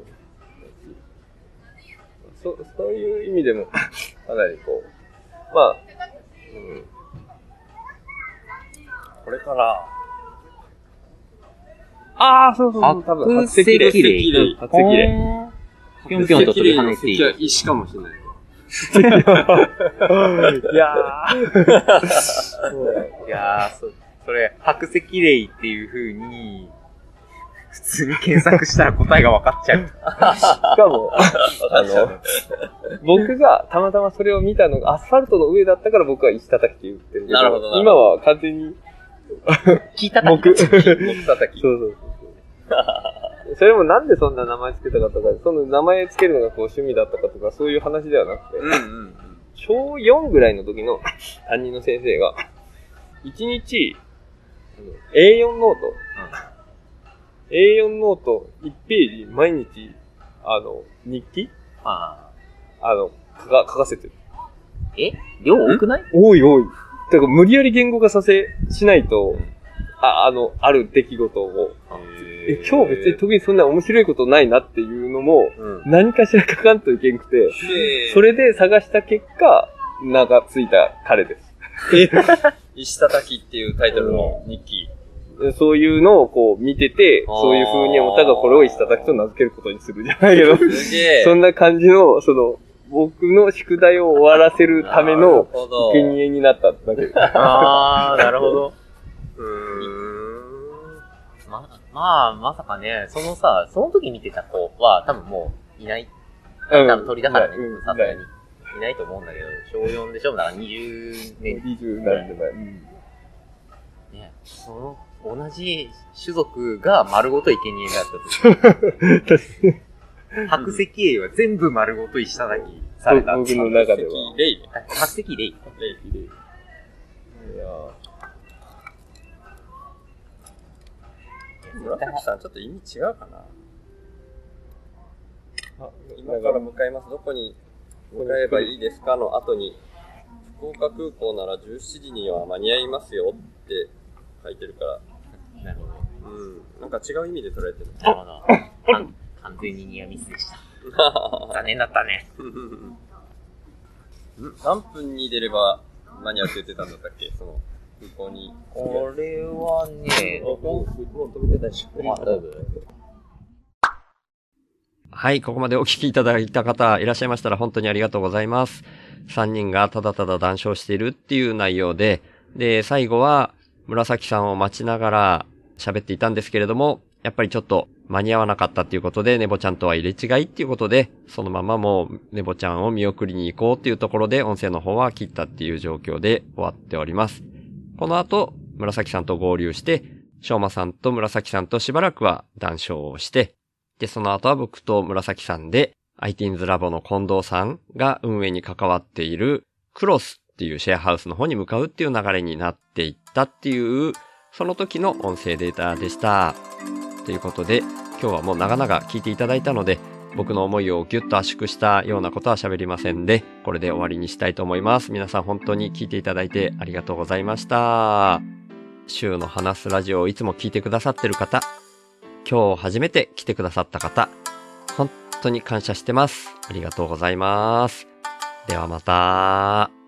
そ, そういう意味でも、かなりこう、まあ、うん、これから、ああ、そうそうそう、多分、 白石霊。白石霊。 白石霊。 ぴょんぴょんと飛び跳ねている。 石かもしれない。いやー。 いやー、そ、それ、白石霊っていう風に、普通に検索したら答えが分かっちゃう。しかも、あの、僕がたまたまそれを見たのがアスファルトの上だったから僕は石叩きって言ってるけど、なるほど今は完全に、 木叩き。 木叩き。そうそうそう。それもなんでそんな名前つけたかとか、その名前つけるのがこう趣味だったかとかそういう話ではなくて、うんうんうん、ちょうよんぐらいの時の担任の先生が、いちにち エーよん ノート、うん、エーよん ノートいちページ毎日、あの、日記ああの、書か、書かせてる。 え量多くない？ 多い多い。だから無理やり言語化させ、しないと、あ、あの、ある出来事を、え、今日別に特にそんな面白いことないなっていうのも、うん、何かしら書かんといけんくて、それで探した結果、名がついた彼です。 え石叩きっていうタイトルの日記。 そういうのをこう見てて、そういう風に思ったがこれを石叩きと名付けることにするじゃないけど、そんな感じの、その、僕の宿題を終わらせるための生贄になっただけです。 あー、なるほど。うーん。ま、まあ、まさかね、そのさ、その時見てた子は多分もういない。多分鳥だからね、さすがに。いないと思うんだけど、小よんでしょだからにじゅうねん。 にじゅうなんでない。うん。 ね、その、同じ種族が丸ごと生贄になったと。白石霊は全部丸ごと石叩きされた。 僕の中では。 白石霊。白石霊。霊。いやー。紫さん、ちょっと意味違うかな。あ、今から向かいます。どこに向かえばいいですかの後に、福岡空港ならじゅうしちじには間に合いますよって書いてるから。 なるほど。うん。なんか違う意味で捉えてる。 なるほど。完全にニアミスでした。残念だったね。 何分に出れば間に合うって言ってたんだったっけその空港に。 これはね、もう飛び出たでしょ。だいぶ。 はい、ここまでお聞きいただいた方いらっしゃいましたら本当にありがとうございます。さんにんがただただ談笑しているっていう内容で、で、最後は紫さんを待ちながら喋っていたんですけれども、やっぱりちょっと間に合わなかったっていうことで、ネボちゃんとは入れ違いっていうことで、そのままもうネボちゃんを見送りに行こうっていうところで、音声の方は切ったっていう状況で終わっております。この後、紫さんと合流して、しょうまさんと紫さんとしばらくは談笑をして、で、その後は僕と紫さんで、アイティーンズ ラボの近藤さんが運営に関わっているクロスっていうシェアハウスの方に向かうっていう流れになっていったっていう、その時の音声データでした。ということで、今日はもう長々聞いていただいたので、僕の思いをギュッと圧縮したようなことは喋りませんで、これで終わりにしたいと思います。皆さん本当に聞いていただいてありがとうございました。週の話すラジオをいつも聞いてくださってる方、今日初めて来てくださった方、本当に感謝してます。ありがとうございます。ではまた。